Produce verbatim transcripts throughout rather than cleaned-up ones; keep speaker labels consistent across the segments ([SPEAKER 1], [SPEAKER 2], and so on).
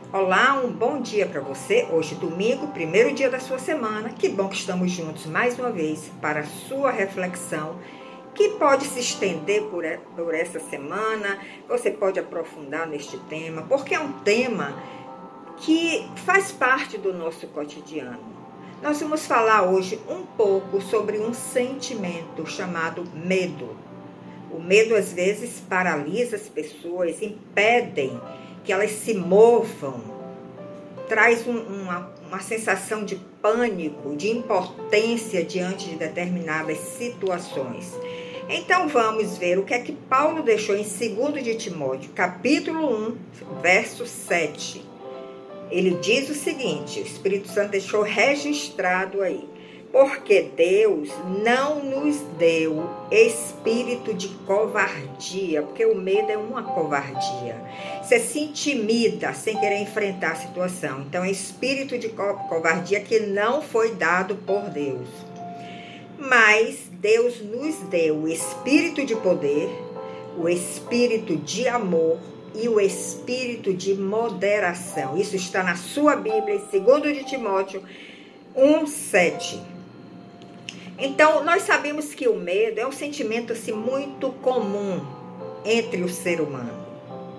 [SPEAKER 1] Olá, um bom dia para você. Hoje, domingo, primeiro dia da sua semana. Que bom que estamos juntos mais uma vez para a sua reflexão, que pode se estender por, por essa semana. Você pode aprofundar neste tema, porque é um tema que faz parte do nosso cotidiano. Nós vamos falar hoje um pouco sobre um sentimento chamado medo. O medo, às vezes, paralisa as pessoas, impedem que elas se movam, traz um, uma, uma sensação de pânico, de impotência diante de determinadas situações. Então vamos ver o que é que Paulo deixou em segundo de Timóteo, capítulo um, verso sete. Ele diz o seguinte, o Espírito Santo deixou registrado aí: porque Deus não nos deu espírito de covardia, porque o medo é uma covardia. Você se intimida sem querer enfrentar a situação. Então é espírito de covardia que não foi dado por Deus. Mas Deus nos deu o espírito de poder, o espírito de amor e o espírito de moderação. Isso está na sua Bíblia, em segundo de Timóteo um, sete. Então, nós sabemos que o medo é um sentimento assim, muito comum entre o ser humano.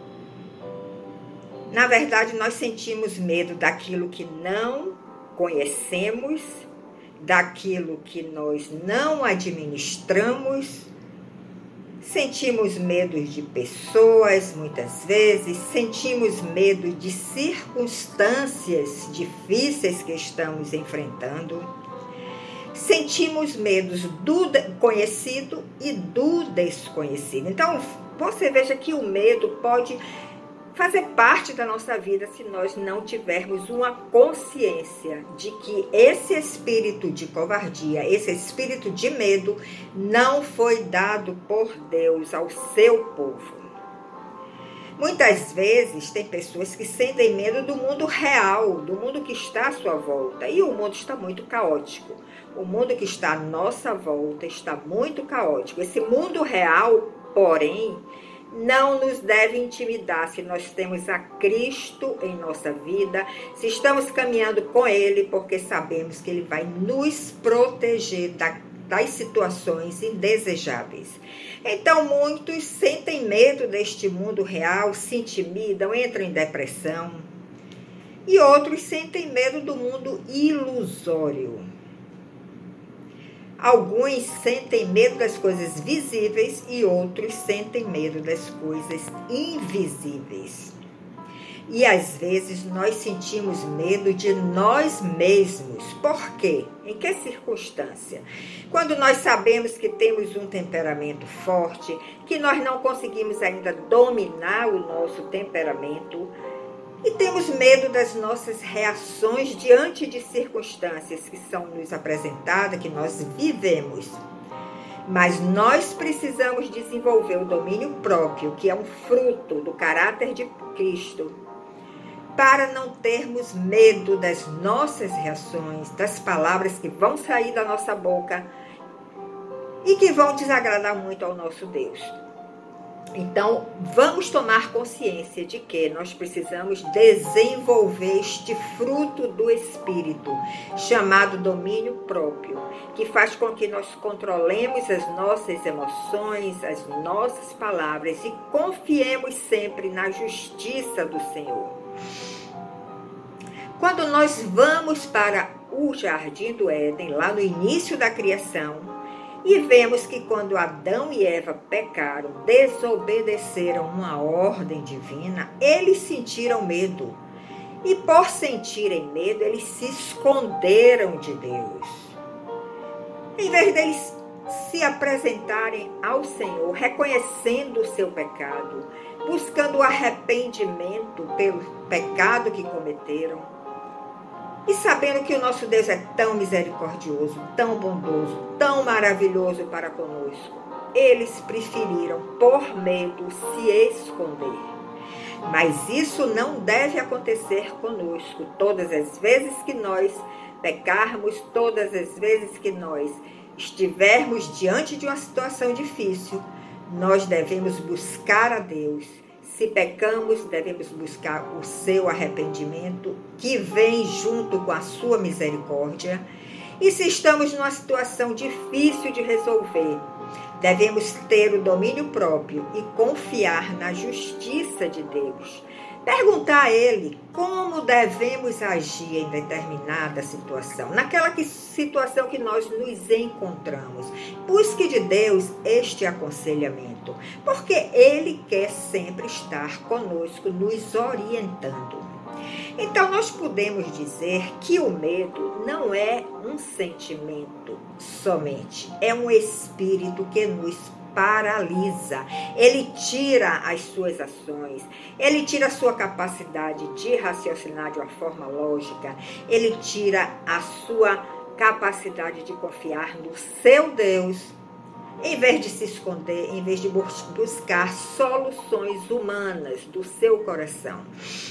[SPEAKER 1] Na verdade, nós sentimos medo daquilo que não conhecemos, daquilo que nós não administramos. Sentimos medo de pessoas, muitas vezes, sentimos medo de circunstâncias difíceis que estamos enfrentando. Sentimos medos do conhecido e do desconhecido. Então, você veja que o medo pode fazer parte da nossa vida se nós não tivermos uma consciência de que esse espírito de covardia, esse espírito de medo, não foi dado por Deus ao seu povo. Muitas vezes tem pessoas que sentem medo do mundo real, do mundo que está à sua volta. E o mundo está muito caótico. O mundo que está à nossa volta está muito caótico. Esse mundo real, porém, não nos deve intimidar se nós temos a Cristo em nossa vida, se estamos caminhando com Ele, porque sabemos que Ele vai nos proteger da, das situações indesejáveis. Então, muitos sentem medo deste mundo real, se intimidam, entram em depressão. E outros sentem medo do mundo ilusório. Alguns sentem medo das coisas visíveis e outros sentem medo das coisas invisíveis. E às vezes nós sentimos medo de nós mesmos. Por quê? Em que circunstância? Quando nós sabemos que temos um temperamento forte, que nós não conseguimos ainda dominar o nosso temperamento, e temos medo das nossas reações diante de circunstâncias que são nos apresentadas, que nós vivemos. Mas nós precisamos desenvolver o domínio próprio, que é um fruto do caráter de Cristo, para não termos medo das nossas reações, das palavras que vão sair da nossa boca e que vão desagradar muito ao nosso Deus. Então, vamos tomar consciência de que nós precisamos desenvolver este fruto do Espírito, chamado domínio próprio, que faz com que nós controlemos as nossas emoções, as nossas palavras e confiemos sempre na justiça do Senhor. Quando nós vamos para o Jardim do Éden, lá no início da criação, e vemos que quando Adão e Eva pecaram, desobedeceram uma ordem divina, eles sentiram medo. E por sentirem medo, eles se esconderam de Deus. Em vez deles se apresentarem ao Senhor, reconhecendo o seu pecado, buscando o arrependimento pelo pecado que cometeram, e sabendo que o nosso Deus é tão misericordioso, tão bondoso, tão maravilhoso para conosco, eles preferiram, por medo, se esconder. Mas isso não deve acontecer conosco. Todas as vezes que nós pecarmos, todas as vezes que nós estivermos diante de uma situação difícil, nós devemos buscar a Deus, Se pecamos, devemos buscar o seu arrependimento, que vem junto com a sua misericórdia. E se estamos numa situação difícil de resolver, devemos ter o domínio próprio e confiar na justiça de Deus. Perguntar a Ele como devemos agir em determinada situação, naquela que, situação que nós nos encontramos. Busque de Deus este aconselhamento, porque Ele quer sempre estar conosco, nos orientando. Então, nós podemos dizer que o medo não é um sentimento somente, é um espírito que nos paralisa. Ele tira as suas ações, ele tira a sua capacidade de raciocinar de uma forma lógica, ele tira a sua capacidade de confiar no seu Deus, em vez de se esconder, em vez de buscar soluções humanas do seu coração.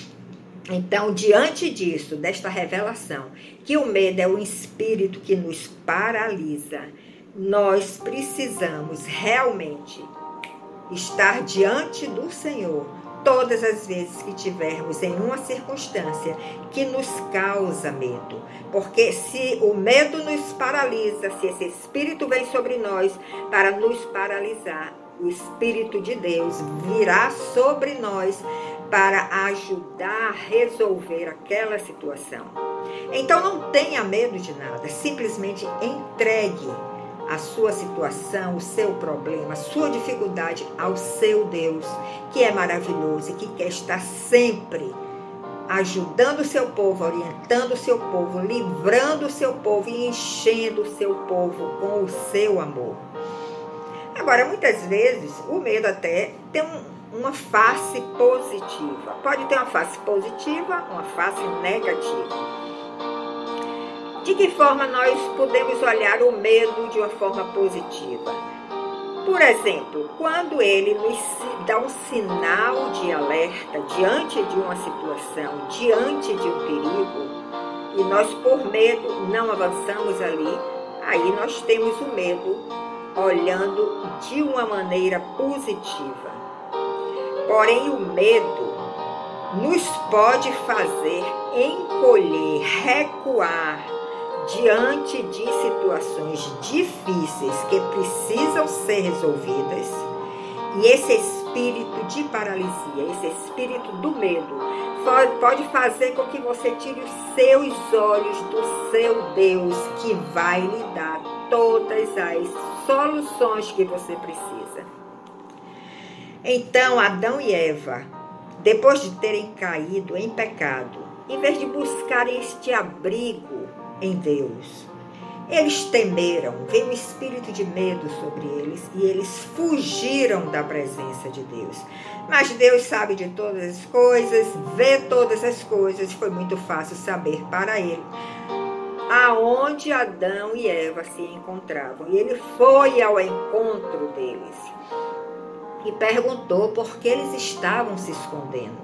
[SPEAKER 1] Então, diante disso, desta revelação, que o medo é um espírito que nos paralisa, nós precisamos realmente estar diante do Senhor todas as vezes que tivermos em uma circunstância que nos causa medo. Porque se o medo nos paralisa, se esse espírito vem sobre nós para nos paralisar, o Espírito de Deus virá sobre nós para ajudar a resolver aquela situação. Então não tenha medo de nada, simplesmente entregue a sua situação, o seu problema, a sua dificuldade ao seu Deus, que é maravilhoso e que quer estar sempre ajudando o seu povo, orientando o seu povo, livrando o seu povo e enchendo o seu povo com o seu amor. Agora, muitas vezes, o medo até tem um, uma face positiva. Pode ter uma face positiva, uma face negativa. De que forma nós podemos olhar o medo de uma forma positiva? Por exemplo, quando ele nos dá um sinal de alerta diante de uma situação, diante de um perigo, e nós por medo não avançamos ali, aí nós temos o medo olhando de uma maneira positiva. Porém, o medo nos pode fazer encolher, recuar diante de situações difíceis que precisam ser resolvidas. E esse espírito de paralisia, esse espírito do medo, pode fazer com que você tire os seus olhos do seu Deus, que vai lhe dar todas as soluções que você precisa. Então, Adão e Eva, depois de terem caído em pecado, em vez de buscarem este abrigo em Deus, eles temeram, veio um espírito de medo sobre eles e eles fugiram da presença de Deus. Mas Deus sabe de todas as coisas, vê todas as coisas, foi muito fácil saber para ele aonde Adão e Eva se encontravam. E ele foi ao encontro deles e perguntou por que eles estavam se escondendo.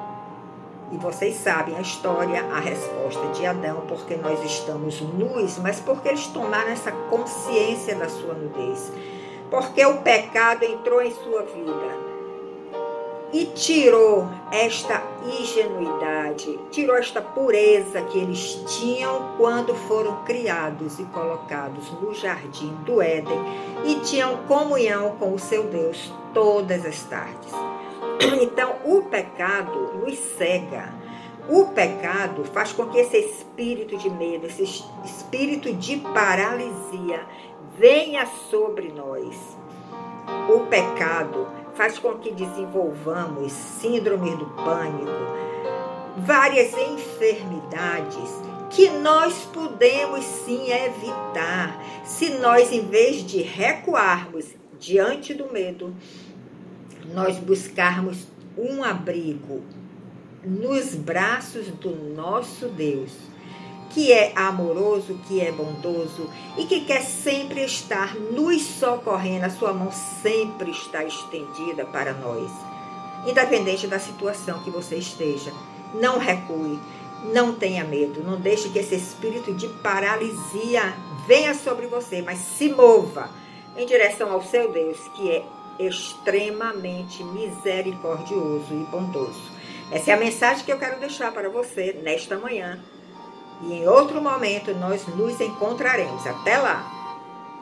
[SPEAKER 1] E vocês sabem a história, a resposta de Adão, porque nós estamos nus, mas porque eles tomaram essa consciência da sua nudez. Porque o pecado entrou em sua vida e tirou esta ingenuidade, tirou esta pureza que eles tinham quando foram criados e colocados no jardim do Éden e tinham comunhão com o seu Deus todas as tardes. Então, o pecado nos cega. O pecado faz com que esse espírito de medo, esse espírito de paralisia venha sobre nós. O pecado faz com que desenvolvamos síndrome do pânico, várias enfermidades que nós podemos sim evitar se nós, em vez de recuarmos diante do medo, nós buscarmos um abrigo nos braços do nosso Deus, que é amoroso, que é bondoso e que quer sempre estar nos socorrendo. A sua mão sempre está estendida para nós, independente da situação que você esteja. Não recue, não tenha medo, não deixe que esse espírito de paralisia venha sobre você, mas se mova em direção ao seu Deus, que é extremamente misericordioso e bondoso. Essa é a mensagem que eu quero deixar para você nesta manhã. E em outro momento nós nos encontraremos. Até lá!